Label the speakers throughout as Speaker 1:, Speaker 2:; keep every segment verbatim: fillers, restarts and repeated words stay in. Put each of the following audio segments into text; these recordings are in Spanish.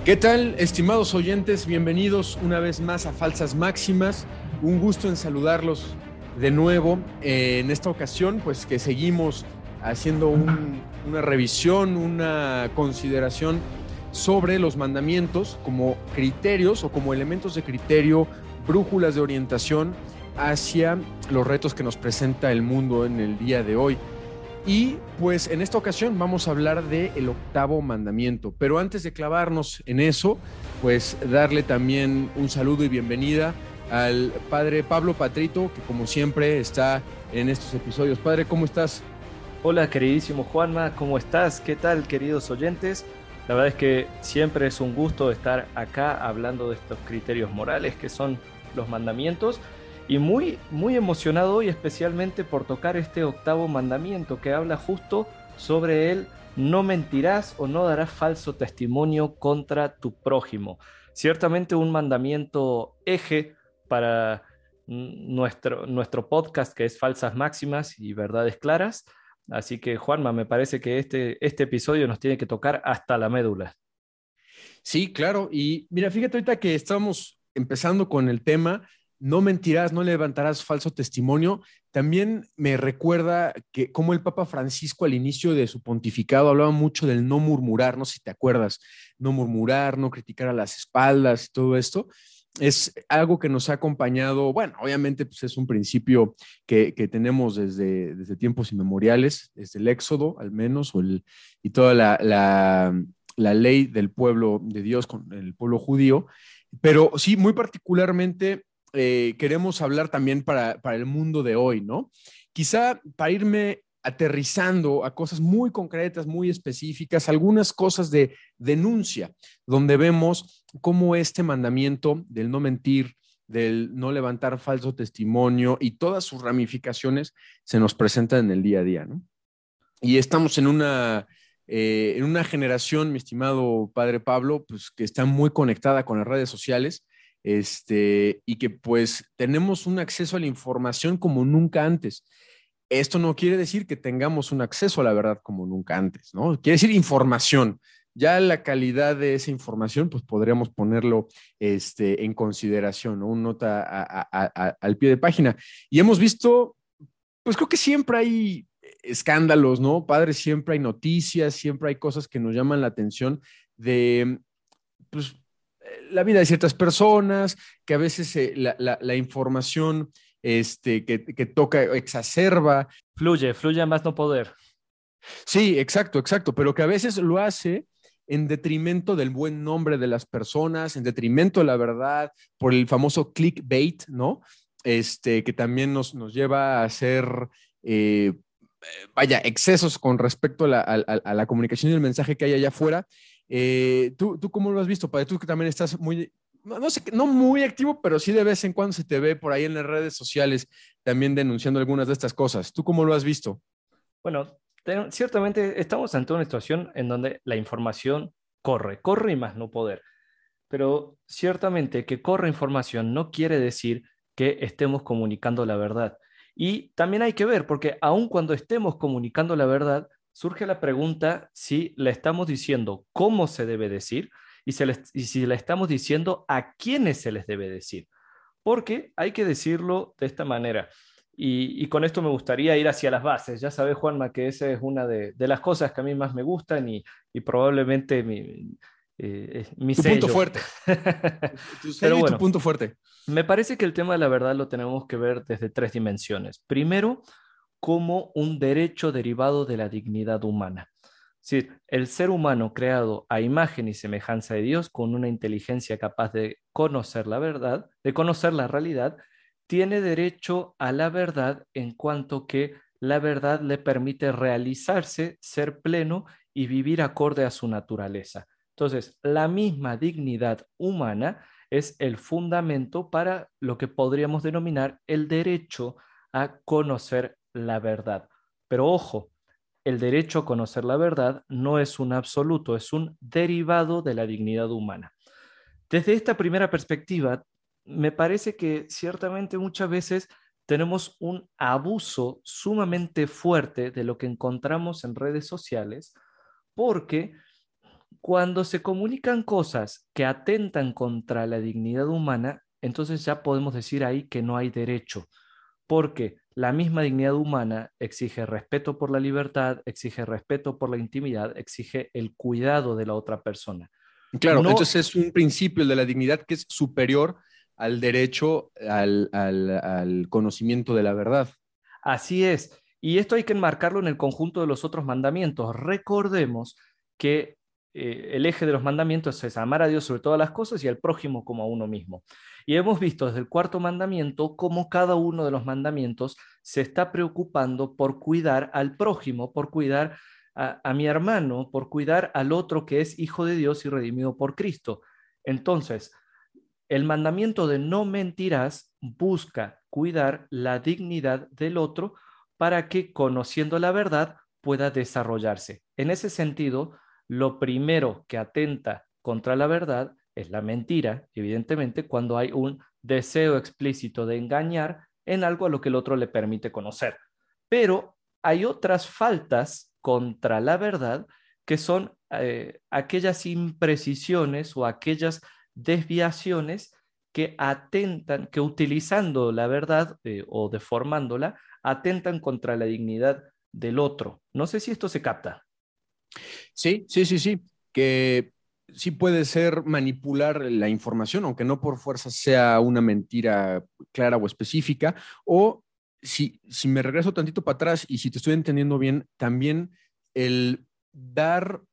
Speaker 1: ¿Qué tal, estimados oyentes? Bienvenidos una vez más a Falsas Máximas. Un gusto en saludarlos de nuevo. Eh, en esta ocasión, pues que seguimos haciendo un, una revisión, una consideración sobre los mandamientos como criterios o como elementos de criterio, brújulas de orientación hacia los retos que nos presenta el mundo en el día de hoy. Y pues en esta ocasión vamos a hablar del octavo mandamiento, pero antes de clavarnos en eso, pues darle también un saludo y bienvenida al padre Pablo Patrito, que como siempre está en estos episodios. Padre, ¿cómo estás?
Speaker 2: Hola queridísimo Juanma, ¿cómo estás? ¿Qué tal queridos oyentes? La verdad es que siempre es un gusto estar acá hablando de estos criterios morales que son los mandamientos y muy, muy emocionado hoy especialmente por tocar este octavo mandamiento que habla justo sobre el no mentirás o no darás falso testimonio contra tu prójimo. Ciertamente un mandamiento eje para nuestro, nuestro podcast que es Falsas Máximas y Verdades Claras. Así que, Juanma, me parece que este, este episodio nos tiene que tocar hasta la médula.
Speaker 1: Sí, claro. Y mira, fíjate ahorita que estamos empezando con el tema, no mentirás, no levantarás falso testimonio. También me recuerda que como el Papa Francisco al inicio de su pontificado hablaba mucho del no murmurar, no sé si te acuerdas, no murmurar, no criticar a las espaldas y todo esto. Es algo que nos ha acompañado, bueno, obviamente pues es un principio que, que tenemos desde, desde tiempos inmemoriales, desde el Éxodo al menos, o el, y toda la, la, la ley del pueblo de Dios con el pueblo judío, pero sí, muy particularmente eh, queremos hablar también para, para el mundo de hoy, ¿no? Quizá para irme aterrizando a cosas muy concretas, muy específicas, algunas cosas de denuncia, donde vemos cómo este mandamiento del no mentir, del no levantar falso testimonio y todas sus ramificaciones se nos presentan en el día a día, ¿no? Y estamos en una, eh, en una generación, mi estimado padre Pablo, pues que está muy conectada con las redes sociales, este, y que pues tenemos un acceso a la información como nunca antes. Esto no quiere decir que tengamos un acceso a la verdad como nunca antes, ¿no? Quiere decir información. Ya la calidad de esa información, pues podríamos ponerlo este, en consideración, ¿no? Un nota a, a, a, al pie de página. Y hemos visto, pues creo que siempre hay escándalos, ¿no? Padre, siempre hay noticias, siempre hay cosas que nos llaman la atención de, pues, la vida de ciertas personas, que a veces eh, la, la, la, información este, que, que toca exacerba.
Speaker 2: Fluye, fluye a más no poder.
Speaker 1: Sí, exacto, exacto, pero que a veces lo hace en detrimento del buen nombre de las personas, en detrimento de la verdad, por el famoso clickbait, ¿no? Este, que también nos, nos lleva a hacer, eh, vaya, excesos con respecto a la, a, a la, comunicación y el mensaje que hay allá afuera. Eh, ¿tú, ¿Tú cómo lo has visto, padre? Tú que también estás muy, no, no sé, no muy activo, pero sí de vez en cuando se te ve por ahí en las redes sociales también denunciando algunas de estas cosas. ¿Tú cómo lo has visto?
Speaker 2: Bueno, te- ciertamente estamos ante una situación en donde la información corre, corre y más no poder. Pero ciertamente que corre información no quiere decir que estemos comunicando la verdad. Y también hay que ver, porque aun cuando estemos comunicando la verdad, surge la pregunta si le estamos diciendo cómo se debe decir y, se les- y si le estamos diciendo a quiénes se les debe decir. Porque hay que decirlo de esta manera. Y, y con esto me gustaría ir hacia las bases. Ya sabes, Juanma, que esa es una de, de las cosas que a mí más me gustan y, y probablemente mi, eh, mi
Speaker 1: Tu punto
Speaker 2: sello.
Speaker 1: fuerte. Tu sello
Speaker 2: Pero
Speaker 1: y tu
Speaker 2: bueno,
Speaker 1: punto fuerte.
Speaker 2: me parece que el tema de la verdad lo tenemos que ver desde tres dimensiones. Primero, como un derecho derivado de la dignidad humana. Es decir, el ser humano creado a imagen y semejanza de Dios, con una inteligencia capaz de conocer la verdad, de conocer la realidad, tiene derecho a la verdad en cuanto que la verdad le permite realizarse, ser pleno y vivir acorde a su naturaleza. Entonces, la misma dignidad humana es el fundamento para lo que podríamos denominar el derecho a conocer la verdad. Pero ojo, el derecho a conocer la verdad no es un absoluto, es un derivado de la dignidad humana. Desde esta primera perspectiva, me parece que ciertamente muchas veces tenemos un abuso sumamente fuerte de lo que encontramos en redes sociales, porque Cuando se comunican cosas que atentan contra la dignidad humana, entonces ya podemos decir ahí que no hay derecho, porque la misma dignidad humana exige respeto por la libertad, exige respeto por la intimidad, exige el cuidado de la otra persona.
Speaker 1: Claro,
Speaker 2: No,
Speaker 1: entonces es un principio de la dignidad que es superior al derecho al, al, al conocimiento de la verdad.
Speaker 2: así es. Y esto hay que enmarcarlo en el conjunto de los otros mandamientos. Recordemos que eh, el eje de los mandamientos es amar a Dios sobre todas las cosas y al prójimo como a uno mismo. Y hemos visto desde el cuarto mandamiento cómo cada uno de los mandamientos se está preocupando por cuidar al prójimo, por cuidar a, a mi hermano, por cuidar al otro que es hijo de Dios y redimido por Cristo. Entonces, el mandamiento de no mentirás busca cuidar la dignidad del otro para que, conociendo la verdad, pueda desarrollarse. En ese sentido, lo primero que atenta contra la verdad es la mentira, evidentemente, cuando hay un deseo explícito de engañar en algo a lo que el otro le permite conocer. Pero hay otras faltas contra la verdad que son eh, aquellas imprecisiones o aquellas desviaciones que atentan, que utilizando la verdad eh, o deformándola, atentan contra la dignidad del otro. No sé si esto se capta.
Speaker 1: Sí, sí, sí, sí, que sí puede ser manipular la información, aunque no por fuerza sea una mentira clara o específica, o si, si me regreso tantito para atrás y si te estoy entendiendo bien, también el dar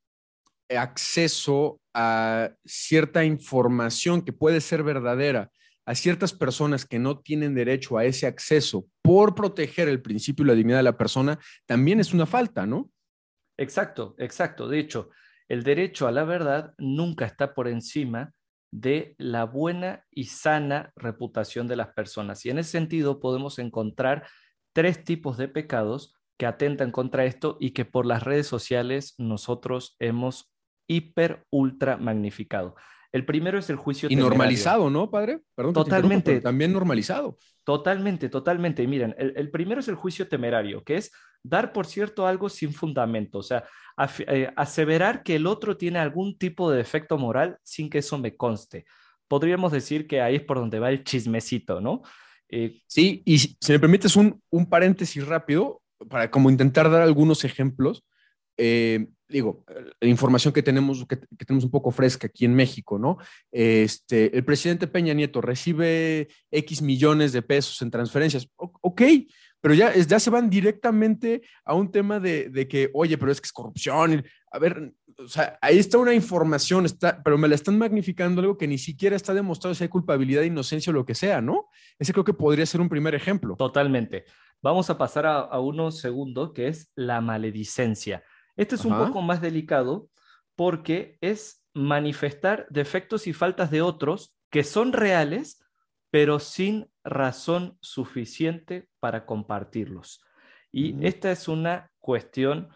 Speaker 1: acceso a cierta información que puede ser verdadera a ciertas personas que no tienen derecho a ese acceso por proteger el principio y la dignidad de la persona, también es una falta, ¿no?
Speaker 2: Exacto, exacto. De hecho, el derecho a la verdad nunca está por encima de la buena y sana reputación de las personas. Y en ese sentido podemos encontrar tres tipos de pecados que atentan contra esto y que por las redes sociales nosotros hemos hiper, ultra magnificado. El primero es el juicio
Speaker 1: Y
Speaker 2: temerario.
Speaker 1: normalizado, ¿no, padre? Perdón que te interrumpa, pero
Speaker 2: Totalmente,
Speaker 1: también normalizado.
Speaker 2: totalmente, totalmente. Y miren, el, el primero es el juicio temerario, que es dar por cierto algo sin fundamento, o sea, af- eh, aseverar que el otro tiene algún tipo de defecto moral sin que eso me conste. Podríamos decir que ahí es por donde va el chismecito, ¿no? Eh,
Speaker 1: Sí, y si, si me permites un, un paréntesis rápido para como intentar dar algunos ejemplos. Eh, digo, la información que tenemos, que, que, tenemos un poco fresca aquí en México, ¿no? Este, el presidente Peña Nieto recibe X millones de pesos en transferencias. O, ok, pero ya, ya se van directamente a un tema de, de que, oye, pero es que es corrupción. A ver, o sea, ahí está una información, está, pero me la están magnificando algo que ni siquiera está demostrado si hay culpabilidad, inocencia o lo que sea, ¿no? Ese creo que podría ser un primer ejemplo.
Speaker 2: Totalmente. Vamos a pasar a, a uno segundo, que es la maledicencia. Este es un
Speaker 1: Ajá.
Speaker 2: poco más delicado porque es manifestar defectos y faltas de otros que son reales, pero sin razón suficiente para compartirlos. Y
Speaker 1: Uh-huh.
Speaker 2: esta es una cuestión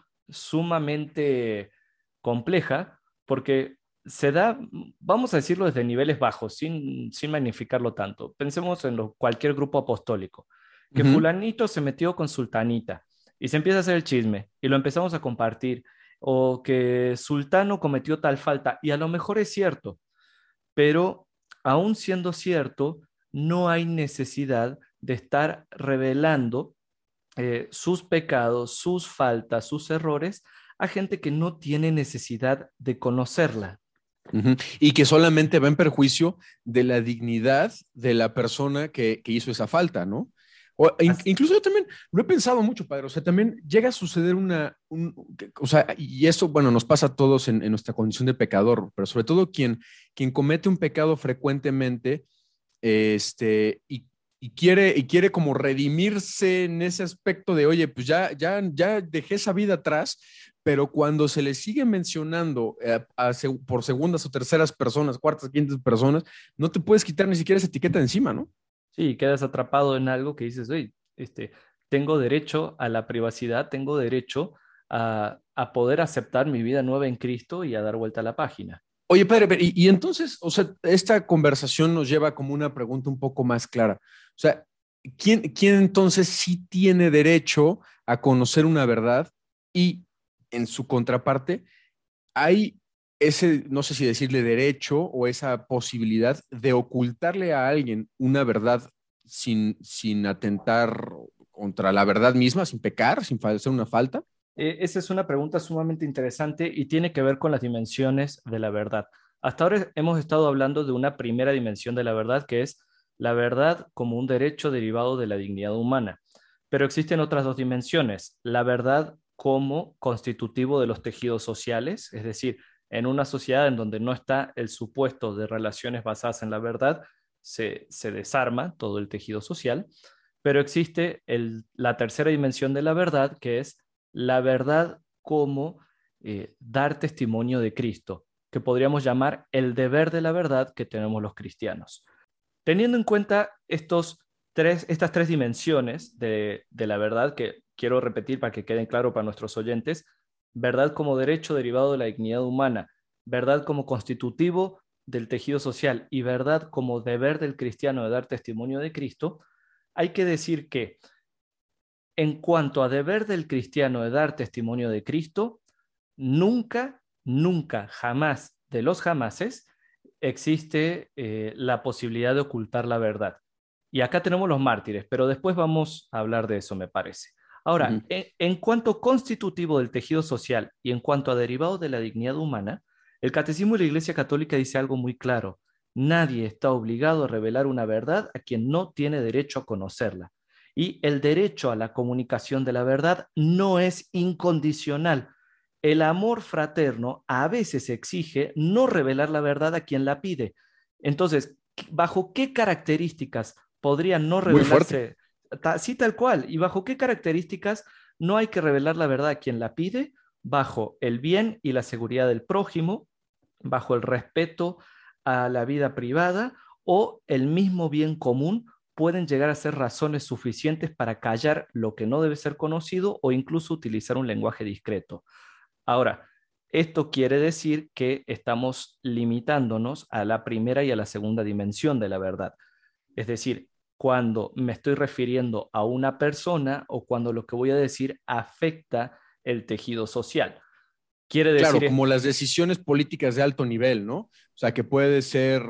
Speaker 2: sumamente compleja porque se da, vamos a decirlo desde niveles bajos, sin, sin magnificarlo tanto. Pensemos en lo- cualquier grupo apostólico, que
Speaker 1: Uh-huh.
Speaker 2: fulanito se metió con sultanita y se empieza a hacer el chisme y lo empezamos a compartir, o que sultano cometió tal falta y a lo mejor es cierto, pero aún siendo cierto, no hay necesidad de estar revelando eh, sus pecados, sus faltas, sus errores a gente que no tiene necesidad de conocerla.
Speaker 1: Uh-huh. Y que solamente va en perjuicio de la dignidad de la persona que, que hizo esa falta, ¿no? O, in,
Speaker 2: As-
Speaker 1: incluso yo también lo he pensado mucho, padre. O sea, también llega a suceder una, un, o sea, y eso, bueno, nos pasa a todos en, en nuestra condición de pecador, pero sobre todo quien, quien comete un pecado frecuentemente, este, y, y, quiere, y quiere como redimirse en ese aspecto de, oye, pues ya, ya, ya dejé esa vida atrás, pero cuando se le sigue mencionando eh, a, por segundas o terceras personas, cuartas, quintas personas, no te puedes quitar ni siquiera esa etiqueta de encima, ¿no?
Speaker 2: sí, quedas atrapado en algo que dices, oye, este, tengo derecho a la privacidad, tengo derecho a, a poder aceptar mi vida nueva en Cristo y a dar vuelta a la página.
Speaker 1: Oye, padre, y, y entonces, o sea, esta conversación nos lleva como una pregunta un poco más clara. O sea, ¿quién, quién entonces sí tiene derecho a conocer una verdad? Y en su contraparte, hay ese, no sé si decirle derecho o esa posibilidad de ocultarle a alguien una verdad sin, sin atentar contra la verdad misma, sin pecar, sin hacer una falta.
Speaker 2: Eh, esa es una pregunta sumamente interesante y tiene que ver con las dimensiones de la verdad. Hasta ahora hemos estado hablando de una primera dimensión de la verdad, que es la verdad como un derecho derivado de la dignidad humana. Pero existen otras dos dimensiones, la verdad como constitutivo de los tejidos sociales, es decir, en una sociedad en donde no está el supuesto de relaciones basadas en la verdad, se, se desarma todo el tejido social, pero existe el, la tercera dimensión de la verdad, que es la verdad como eh, dar testimonio de Cristo, que podríamos llamar el deber de la verdad que tenemos los cristianos. Teniendo en cuenta estos tres, estas tres dimensiones de, de la verdad, que quiero repetir para que queden claro para nuestros oyentes, verdad como derecho derivado de la dignidad humana, verdad como constitutivo del tejido social y verdad como deber del cristiano de dar testimonio de Cristo, hay que decir que en cuanto a deber del cristiano de dar testimonio de Cristo, nunca, nunca, jamás de los jamases existe eh, la posibilidad de ocultar la verdad. Y acá tenemos los mártires, pero después vamos a hablar de eso, me parece. Ahora,
Speaker 1: Uh-huh.
Speaker 2: en, en cuanto constitutivo del tejido social y en cuanto a derivado de la dignidad humana, el Catecismo de la Iglesia Católica dice algo muy claro. Nadie está obligado a revelar una verdad a quien no tiene derecho a conocerla. Y el derecho a la comunicación de la verdad no es incondicional. El amor fraterno a veces exige no revelar la verdad a quien la pide. Entonces, ¿bajo qué características podrían no
Speaker 1: Muy fuerte.
Speaker 2: revelarse? Sí, tal cual. ¿Y bajo qué características no hay que revelar la verdad a quien la pide? Bajo el bien y la seguridad del prójimo, bajo el respeto a la vida privada o el mismo bien común pueden llegar a ser razones suficientes para callar lo que no debe ser conocido o incluso utilizar un lenguaje discreto. Ahora, esto quiere decir que estamos limitándonos a la primera y a la segunda dimensión de la verdad. Es decir, cuando me estoy refiriendo a una persona o cuando lo que voy a decir afecta el tejido social. Quiere
Speaker 1: Claro,
Speaker 2: decir
Speaker 1: como
Speaker 2: esto.
Speaker 1: las decisiones políticas de alto nivel, ¿no? O sea, que puede ser,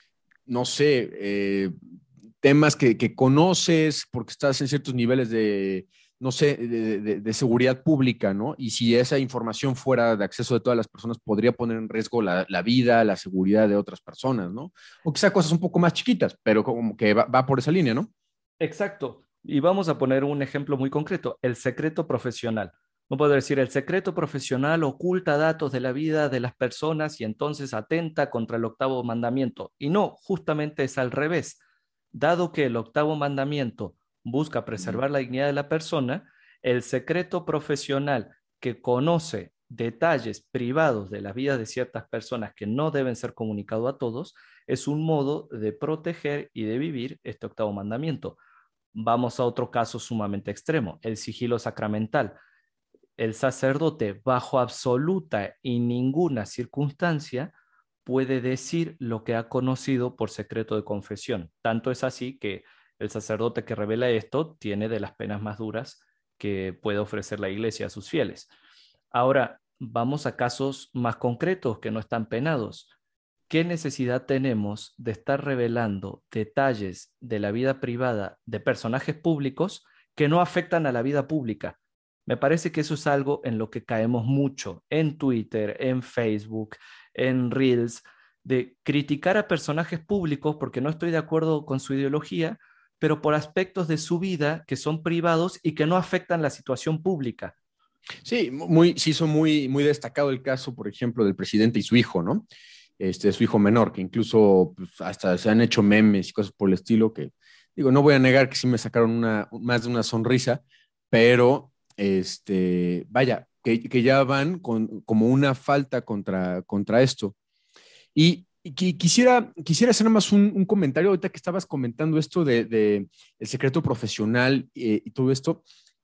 Speaker 1: no sé, eh, temas que, que, conoces porque estás en ciertos niveles de, no sé, de, de, de, seguridad pública, ¿no? Y si esa información fuera de acceso de todas las personas, podría poner en riesgo la, la vida, la seguridad de otras personas, ¿no? O quizá cosas un poco más chiquitas, pero como que va, va por esa línea, ¿no?
Speaker 2: Exacto. Y vamos a poner un ejemplo muy concreto, el secreto profesional. No puedo decir, el secreto profesional oculta datos de la vida de las personas y entonces atenta contra el octavo mandamiento. Y no, justamente es al revés. Dado que el octavo mandamiento busca preservar la dignidad de la persona, el secreto profesional que conoce detalles privados de la vida de ciertas personas que no deben ser comunicados a todos, es un modo de proteger y de vivir este octavo mandamiento. Vamos a otro caso sumamente extremo, el sigilo sacramental. El sacerdote, bajo absoluta y ninguna circunstancia, puede decir lo que ha conocido por secreto de confesión. Tanto es así que el sacerdote que revela esto tiene de las penas más duras que puede ofrecer la Iglesia a sus fieles. Ahora, vamos a casos más concretos que no están penados. ¿Qué necesidad tenemos de estar revelando detalles de la vida privada de personajes públicos que no afectan a la vida pública? Me parece que eso es algo en lo que caemos mucho en Twitter, en Facebook, en Reels, de criticar a personajes públicos porque no estoy de acuerdo con su ideología, pero por aspectos de su vida que son privados y que no afectan la situación pública.
Speaker 1: Sí, muy, se hizo muy, muy destacado el caso, por ejemplo, del presidente y su hijo, ¿no? Este, su hijo menor, que incluso pues, hasta se han hecho memes y cosas por el estilo, que digo, no voy a negar que sí me sacaron una, más de una sonrisa, pero este, vaya, que, que ya van con, como una falta contra, contra esto. Y, y quisiera, quisiera hacer nada más un, un, comentario ahorita que estabas comentando esto de, de el secreto profesional eh, y todo esto.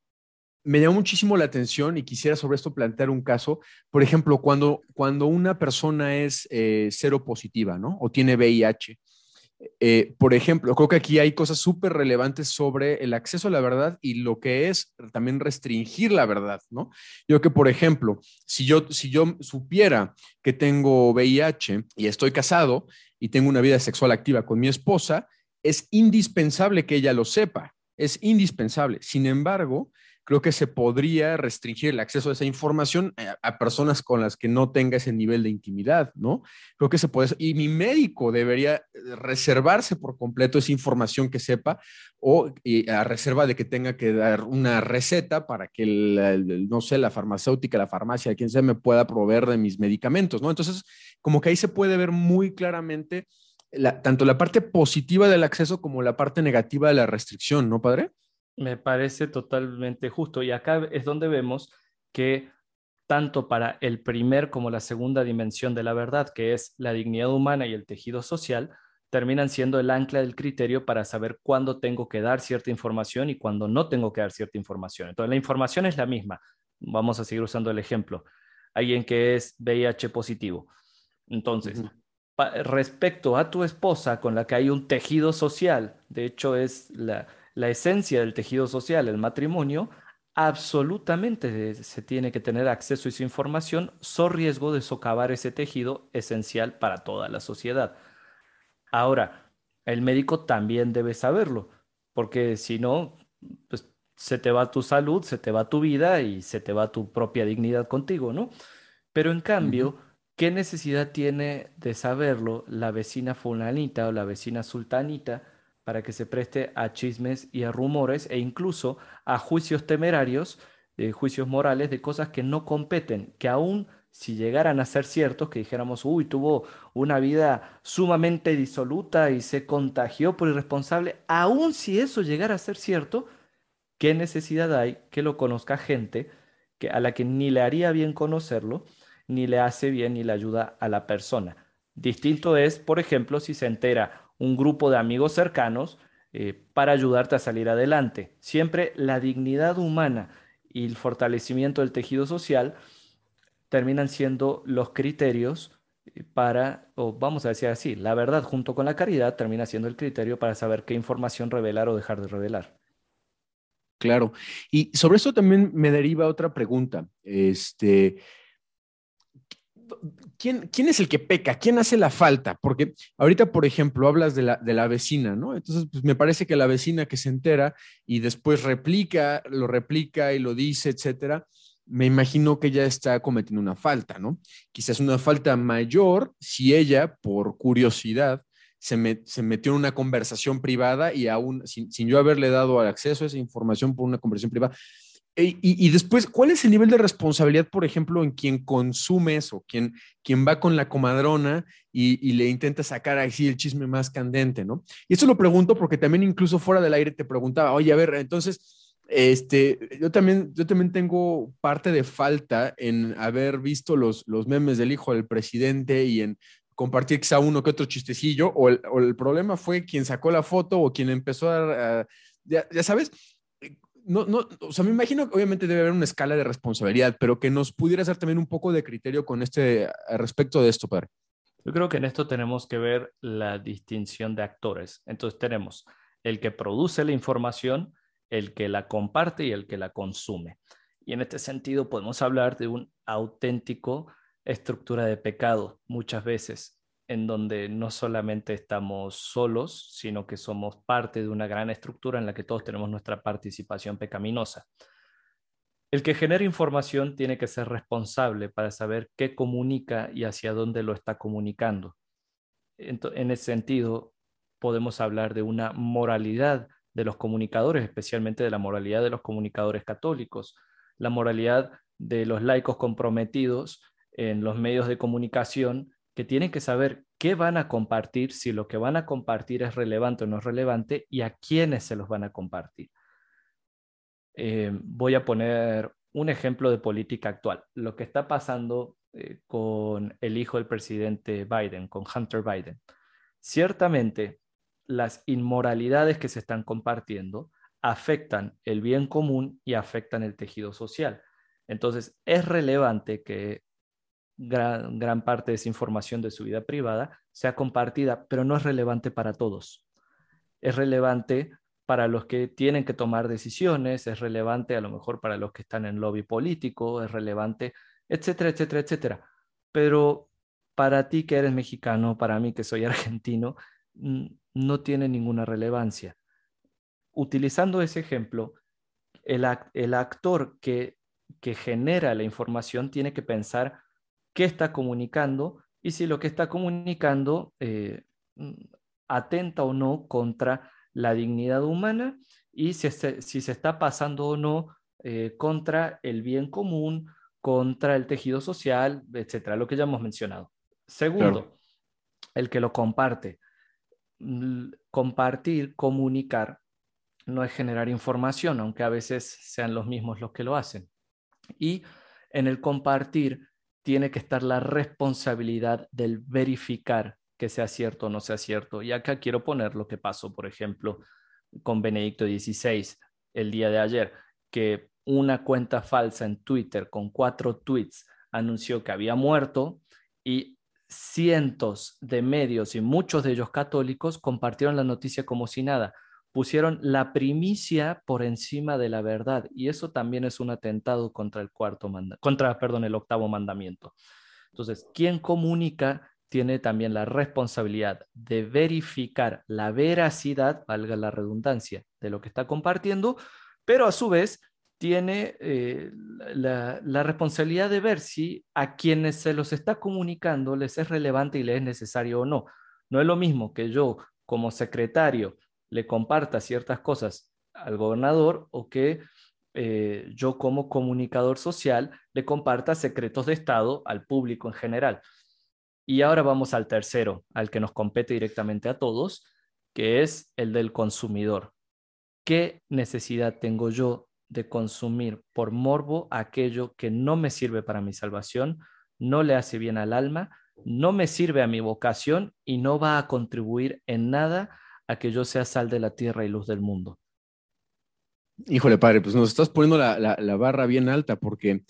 Speaker 1: Me llamó muchísimo la atención y quisiera sobre esto plantear un caso. Por ejemplo, cuando, cuando una persona es eh, cero positiva, ¿no? O tiene V I H, Eh, por ejemplo, creo que aquí hay cosas súper relevantes sobre el acceso a la verdad y lo que es también restringir la verdad, ¿no? Yo que, por ejemplo, si yo, si yo supiera que tengo V I H y estoy casado y tengo una vida sexual activa con mi esposa, es indispensable que ella lo sepa, es indispensable. Sin embargo, creo que se podría restringir el acceso a esa información a, a personas con las que no tenga ese nivel de intimidad, ¿no? Creo que se puede, y mi médico debería reservarse por completo esa información que sepa o y a reserva de que tenga que dar una receta para que, el, el, no sé, la farmacéutica, la farmacia, quien sea, me pueda proveer de mis medicamentos, ¿no? Entonces, como que ahí se puede ver muy claramente la, tanto la parte positiva del acceso como la parte negativa de la restricción, ¿no, padre?
Speaker 2: Me parece totalmente justo. Y acá es donde vemos que tanto para el primer como la segunda dimensión de la verdad, que es la dignidad humana y el tejido social, terminan siendo el ancla del criterio para saber cuándo tengo que dar cierta información y cuándo no tengo que dar cierta información. Entonces, la información es la misma. Vamos a seguir usando el ejemplo. Alguien que es V I H positivo. Entonces,
Speaker 1: Ujú.
Speaker 2: respecto a tu esposa con la que hay un tejido social, de hecho es la, la esencia del tejido social, el matrimonio, absolutamente se tiene que tener acceso a esa información, so riesgo de socavar ese tejido esencial para toda la sociedad. Ahora, el médico también debe saberlo, porque si no, pues se te va tu salud, se te va tu vida y se te va tu propia dignidad contigo, ¿no? Pero en
Speaker 1: Ujú.
Speaker 2: cambio, ¿qué necesidad tiene de saberlo la vecina fulanita o la vecina sultanita para que se preste a chismes y a rumores e incluso a juicios temerarios, eh, juicios morales de cosas que no competen, que aún si llegaran a ser ciertos, que dijéramos, uy, tuvo una vida sumamente disoluta y se contagió por irresponsable, aún si eso llegara a ser cierto, ¿qué necesidad hay que lo conozca gente que, a la que ni le haría bien conocerlo, ni le hace bien ni le ayuda a la persona? Distinto es, por ejemplo, si se entera un grupo de amigos cercanos eh, para ayudarte a salir adelante. Siempre la dignidad humana y el fortalecimiento del tejido social terminan siendo los criterios eh, para, o vamos a decir así, la verdad junto con la caridad termina siendo el criterio para saber qué información revelar o dejar de revelar.
Speaker 1: Claro. Y sobre eso también me deriva otra pregunta. Este, ¿quién, quién es el que peca? ¿Quién hace la falta? Porque ahorita, por ejemplo, hablas de la, de la vecina, ¿no? Entonces, pues me parece que la vecina que se entera y después replica, lo replica y lo dice, etcétera, me imagino que ella está cometiendo una falta, ¿no? Quizás una falta mayor si ella, por curiosidad, se, me, se metió en una conversación privada y aún sin, sin yo haberle dado acceso a esa información por una conversación privada, y, y, después, ¿cuál es el nivel de responsabilidad, por ejemplo, en quien consume eso, quien, quien va con la comadrona y, y le intenta sacar así el chisme más candente, ¿no? Y eso lo pregunto porque también incluso fuera del aire te preguntaba, oye, a ver, entonces, este, yo también, yo también tengo parte de falta en haber visto los, los memes del hijo del presidente y en compartir quizá uno que otro chistecillo, o el, o el problema fue quien sacó la foto o quien empezó a, a ya, ya sabes, no, no, o sea, me imagino que obviamente debe haber una escala de responsabilidad, pero que nos pudiera hacer también un poco de criterio con este respecto de esto, padre.
Speaker 2: Yo creo que en esto tenemos que ver la distinción de actores. Entonces tenemos el que produce la información, el que la comparte y el que la consume. Y en este sentido podemos hablar de un auténtico estructura de pecado muchas veces, en donde no solamente estamos solos, sino que somos parte de una gran estructura en la que todos tenemos nuestra participación pecaminosa. El que genera información tiene que ser responsable para saber qué comunica y hacia dónde lo está comunicando. En ese sentido, podemos hablar de una moralidad de los comunicadores, especialmente de la moralidad de los comunicadores católicos, la moralidad de los laicos comprometidos en los medios de comunicación que tienen que saber qué van a compartir, si lo que van a compartir es relevante o no es relevante y a quiénes se los van a compartir. Eh, voy a poner un ejemplo de política actual, lo que está pasando eh, con el hijo del presidente Biden, con Hunter Biden. Ciertamente, las inmoralidades que se están compartiendo afectan el bien común y afectan el tejido social. Entonces, es relevante que gran, gran parte de esa información de su vida privada sea compartida, pero no es relevante para todos. Es relevante para los que tienen que tomar decisiones, es relevante a lo mejor para los que están en lobby político, es relevante, etcétera, etcétera, etcétera. Pero para ti que eres mexicano, para mí que soy argentino, no tiene ninguna relevancia. Utilizando ese ejemplo, el, act el actor que, que genera la información tiene que pensar qué está comunicando y si lo que está comunicando eh, atenta o no contra la dignidad humana y si se, si se está pasando o no eh, contra el bien común, contra el tejido social, etcétera, lo que ya hemos mencionado. Segundo, claro, el que lo comparte. Compartir, comunicar, no es generar información, aunque a veces sean los mismos los que lo hacen. Y en el compartir tiene que estar la responsabilidad del verificar que sea cierto o no sea cierto. Y acá quiero poner lo que pasó, por ejemplo, con Benedicto dieciséis el día de ayer, que una cuenta falsa en Twitter con cuatro tweets anunció que había muerto y cientos de medios y muchos de ellos católicos compartieron la noticia como si nada. Pusieron la primicia por encima de la verdad y eso también es un atentado contra el cuarto manda contra, perdón, el octavo mandamiento. Entonces, quien comunica tiene también la responsabilidad de verificar la veracidad, valga la redundancia, de lo que está compartiendo, pero a su vez tiene eh, la, la responsabilidad de ver si a quienes se los está comunicando les es relevante y les es necesario o no. No es lo mismo que yo, como secretario, le comparta ciertas cosas al gobernador o que eh, yo como comunicador social le comparta secretos de Estado al público en general. Y ahora vamos al tercero, al que nos compete directamente a todos, que es el del consumidor. ¿Qué necesidad tengo yo de consumir por morbo aquello que no me sirve para mi salvación, no le hace bien al alma, no me sirve a mi vocación y no va a contribuir en nada a que yo sea sal de la tierra y luz del mundo?
Speaker 1: Híjole, padre, pues nos estás poniendo la, la, la barra bien alta porque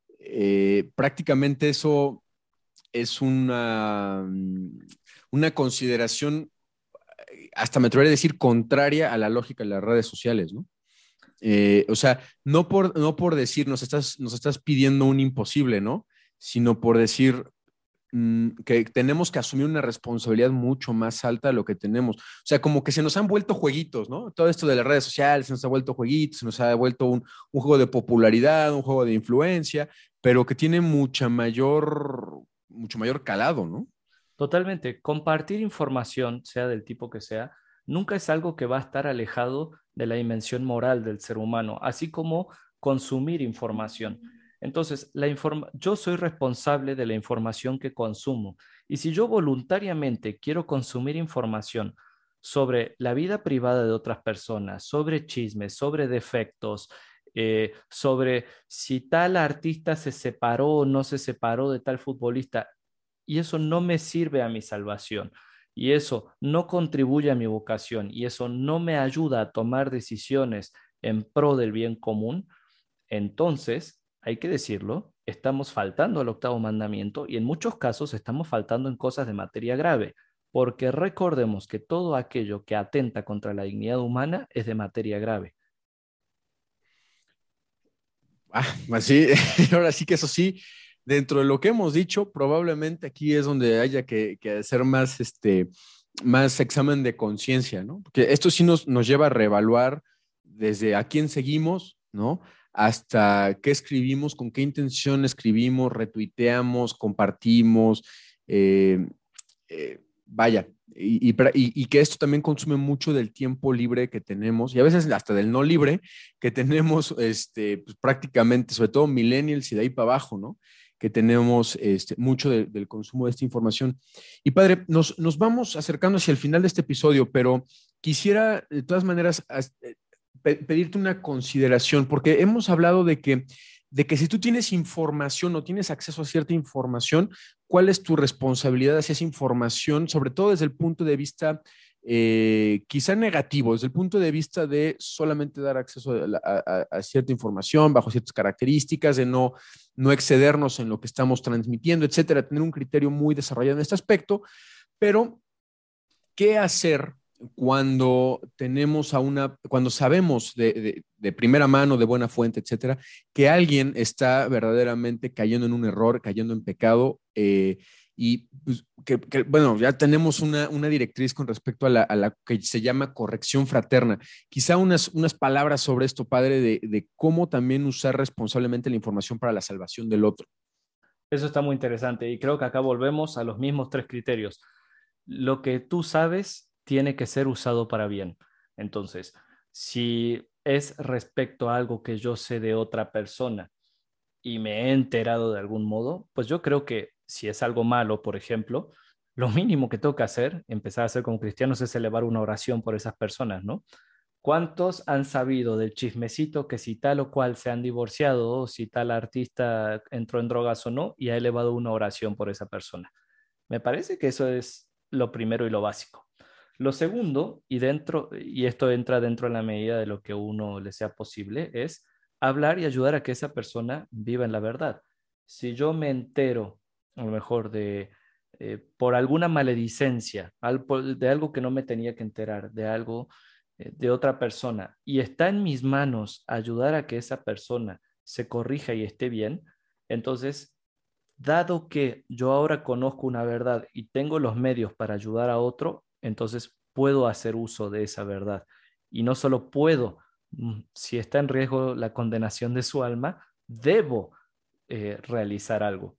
Speaker 1: eh, prácticamente eso es una, una consideración, hasta me atrevería a decir, contraria a la lógica de las redes sociales, ¿no? Eh, o sea, no por, no por decir nos estás, nos estás pidiendo un imposible, ¿no? Sino por decir mmm, que tenemos que asumir una responsabilidad mucho más alta de lo que tenemos. O sea, como que se nos han vuelto jueguitos, ¿no? Todo esto de las redes sociales se nos ha vuelto jueguitos, se nos ha vuelto un, un juego de popularidad, un juego de influencia, pero que tiene mucha mayor, mucho mayor calado, ¿no?
Speaker 2: Totalmente. Compartir información, sea del tipo que sea, nunca es algo que va a estar alejado de la dimensión moral del ser humano, así como consumir información. Entonces, la informa yo soy responsable de la información que consumo. Y si yo voluntariamente quiero consumir información sobre la vida privada de otras personas, sobre chismes, sobre defectos, eh, sobre si tal artista se separó o no se separó de tal futbolista, y eso no me sirve a mi salvación, y eso no contribuye a mi vocación, y eso no me ayuda a tomar decisiones en pro del bien común, entonces, hay que decirlo, estamos faltando al octavo mandamiento y en muchos casos estamos faltando en cosas de materia grave, porque recordemos que todo aquello que atenta contra la dignidad humana es de materia grave.
Speaker 1: Ah, así, ahora sí que eso sí, dentro de lo que hemos dicho, probablemente aquí es donde haya que, que hacer más, este, más examen de conciencia, ¿no? Porque esto sí nos, nos lleva a reevaluar desde a quién seguimos, ¿no? Hasta qué escribimos, con qué intención escribimos, retuiteamos, compartimos, eh, eh, vaya, y, y, y, que esto también consume mucho del tiempo libre que tenemos y a veces hasta del no libre que tenemos este, pues, prácticamente, sobre todo millennials y de ahí para abajo, ¿no? Que tenemos este, mucho de, del consumo de esta información. Y padre, nos, nos vamos acercando hacia el final de este episodio, pero quisiera de todas maneras pedirte una consideración, porque hemos hablado de que, de que si tú tienes información o tienes acceso a cierta información, ¿cuál es tu responsabilidad hacia esa información, sobre todo desde el punto de vista eh, quizá negativo desde el punto de vista de solamente dar acceso a, a, a cierta información bajo ciertas características, de no, no excedernos en lo que estamos transmitiendo, etcétera, tener un criterio muy desarrollado en este aspecto, pero ¿qué hacer cuando tenemos a una, cuando sabemos de, de, de primera mano, de buena fuente, etcétera, que alguien está verdaderamente cayendo en un error, cayendo en pecado, eh, y pues, que, que, bueno, ya tenemos una, una directriz con respecto a la, a la que se llama corrección fraterna? Quizá unas, unas palabras sobre esto, padre, de, de cómo también usar responsablemente la información para la salvación del otro.
Speaker 2: Eso está muy interesante y creo que acá volvemos a los mismos tres criterios. Lo que tú sabes tiene que ser usado para bien. Entonces, si es respecto a algo que yo sé de otra persona y me he enterado de algún modo, pues yo creo que si es algo malo, por ejemplo, lo mínimo que tengo que hacer, empezar a hacer como cristianos, es elevar una oración por esas personas, ¿no? ¿Cuántos han sabido del chismecito que si tal o cual se han divorciado, o si tal artista entró en drogas o no, y ha elevado una oración por esa persona? Me parece que eso es lo primero y lo básico. Lo segundo, y dentro, y esto entra dentro de la medida de lo que uno le sea posible, es hablar y ayudar a que esa persona viva en la verdad. Si yo me entero, a lo mejor de eh, por alguna maledicencia, al, por, de algo que no me tenía que enterar, de algo eh, de otra persona, y está en mis manos ayudar a que esa persona se corrija y esté bien, entonces, dado que yo ahora conozco una verdad y tengo los medios para ayudar a otro, entonces puedo hacer uso de esa verdad. Y no solo puedo, si está en riesgo la condenación de su alma, debo eh, realizar algo.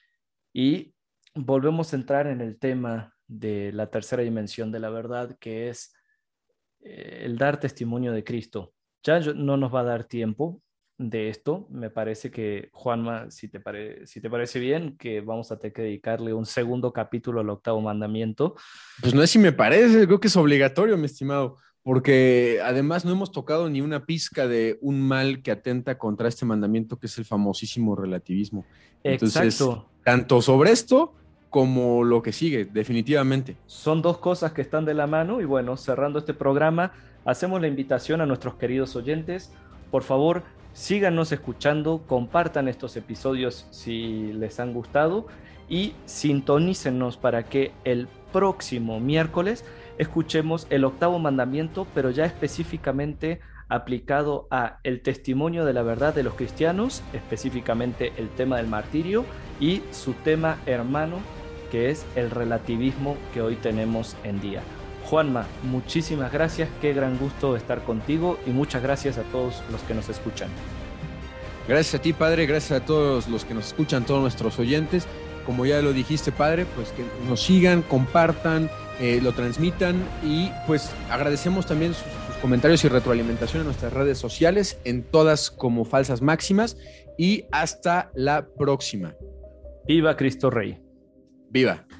Speaker 2: Y volvemos a entrar en el tema de la tercera dimensión de la verdad, que es eh, el dar testimonio de Cristo. Ya yo, no nos va a dar tiempo de esto. Me parece que, Juanma, si te, pare, si te parece bien, que vamos a tener que dedicarle un segundo capítulo al octavo mandamiento.
Speaker 1: Pues no es si me parece, creo que es obligatorio, mi estimado, porque además no hemos tocado ni una pizca de un mal que atenta contra este mandamiento, que es el famosísimo relativismo. Entonces,
Speaker 2: Exacto.
Speaker 1: tanto sobre esto como lo que sigue, definitivamente.
Speaker 2: Son dos cosas que están de la mano y bueno, cerrando este programa, hacemos la invitación a nuestros queridos oyentes. Por favor, síganos escuchando, compartan estos episodios si les han gustado y sintonícenos para que el próximo miércoles escuchemos el octavo mandamiento, pero ya específicamente aplicado a el testimonio de la verdad de los cristianos, específicamente el tema del martirio y su tema hermano, que es el relativismo que hoy tenemos en día. Juanma, muchísimas gracias, qué gran gusto estar contigo y muchas gracias a todos los que nos escuchan.
Speaker 1: Gracias a ti, padre, gracias a todos los que nos escuchan, todos nuestros oyentes. Como ya lo dijiste, padre, pues que nos sigan, compartan, eh, lo transmitan y pues agradecemos también sus, sus comentarios y retroalimentación en nuestras redes sociales, en todas como Falsas Máximas, y hasta la próxima.
Speaker 2: Viva Cristo Rey.
Speaker 1: Viva.